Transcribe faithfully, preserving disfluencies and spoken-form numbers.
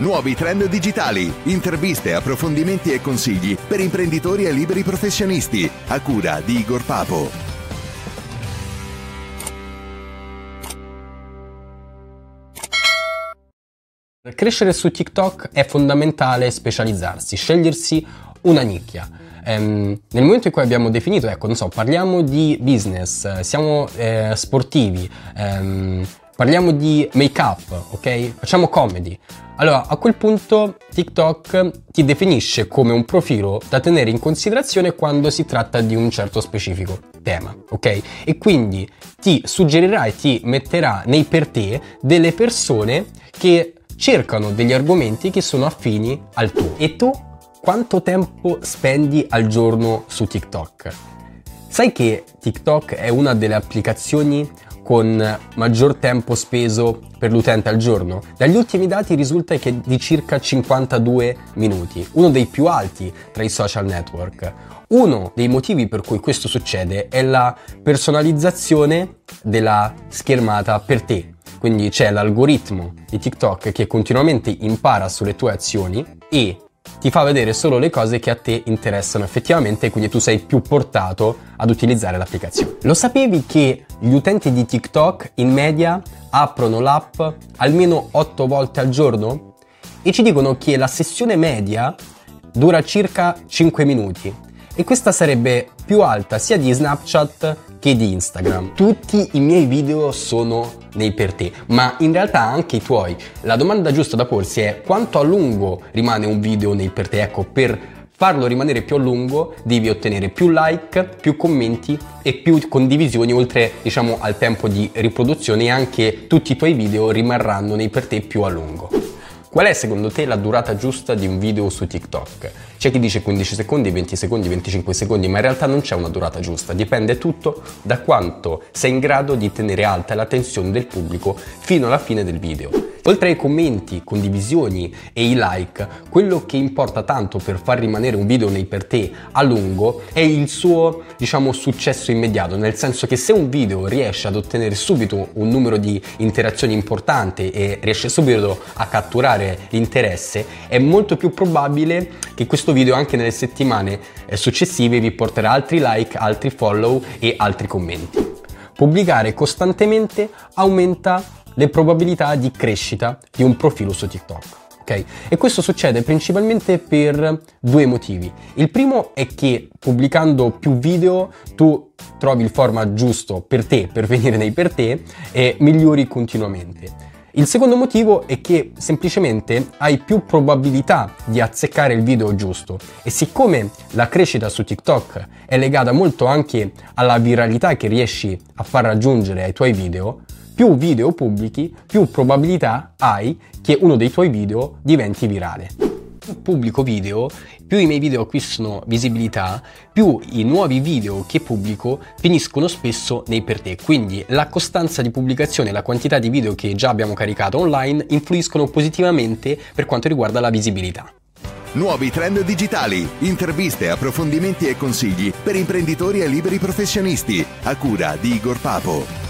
Nuovi trend digitali, interviste, approfondimenti e consigli per imprenditori e liberi professionisti, a cura di Igor Papo. Per crescere su TikTok è fondamentale specializzarsi, scegliersi una nicchia. Ehm, nel momento in cui abbiamo definito, ecco, non so, parliamo di business, siamo eh, sportivi, ehm, parliamo di make-up, ok? Facciamo comedy. Allora, a quel punto TikTok ti definisce come un profilo da tenere in considerazione quando si tratta di un certo specifico tema, ok? E quindi ti suggerirà e ti metterà nei per te delle persone che cercano degli argomenti che sono affini al tuo. E tu quanto tempo spendi al giorno su TikTok? Sai che TikTok è una delle applicazioni con maggior tempo speso per l'utente al giorno? Dagli ultimi dati risulta che è di circa cinquantadue minuti, uno dei più alti tra i social network. Uno dei motivi per cui questo succede è la personalizzazione della schermata per te. Quindi c'è l'algoritmo di TikTok che continuamente impara sulle tue azioni e ti fa vedere solo le cose che a te interessano effettivamente, quindi tu sei più portato ad utilizzare l'applicazione. Lo sapevi che gli utenti di TikTok in media aprono l'app almeno otto volte al giorno? E ci dicono che la sessione media dura circa cinque minuti e questa sarebbe più alta sia di Snapchat che di Instagram. Tutti i miei video sono nei per te, ma in realtà anche i tuoi. La domanda giusta da porsi è: quanto a lungo rimane un video nei per te? Ecco, per farlo rimanere più a lungo devi ottenere più like, più commenti e più condivisioni, oltre, diciamo, al tempo di riproduzione, e anche tutti i tuoi video rimarranno nei per te più a lungo. Qual è secondo te la durata giusta di un video su TikTok? C'è chi dice quindici secondi, venti secondi, venticinque secondi, ma in realtà non c'è una durata giusta, dipende tutto da quanto sei in grado di tenere alta l'attenzione del pubblico fino alla fine del video. Oltre ai commenti, condivisioni e i like, quello che importa tanto per far rimanere un video nei per te a lungo è il suo, diciamo, successo immediato, nel senso che se un video riesce ad ottenere subito un numero di interazioni importante e riesce subito a catturare l'interesse, è molto più probabile che questo video anche nelle settimane successive vi porterà altri like, altri follow e altri commenti. Pubblicare costantemente aumenta le probabilità di crescita di un profilo su TikTok, ok? E questo succede principalmente per due motivi. Il primo è che pubblicando più video tu trovi il format giusto per te, per venire nei per te, e migliori continuamente. Il secondo motivo è che semplicemente hai più probabilità di azzeccare il video giusto, e siccome la crescita su TikTok è legata molto anche alla viralità che riesci a far raggiungere ai tuoi video, più video pubblichi, più probabilità hai che uno dei tuoi video diventi virale. Più pubblico video, più i miei video acquistano visibilità, più i nuovi video che pubblico finiscono spesso nei per te. Quindi la costanza di pubblicazione e la quantità di video che già abbiamo caricato online influiscono positivamente per quanto riguarda la visibilità. Nuovi trend digitali, interviste, approfondimenti e consigli per imprenditori e liberi professionisti, a cura di Igor Papo.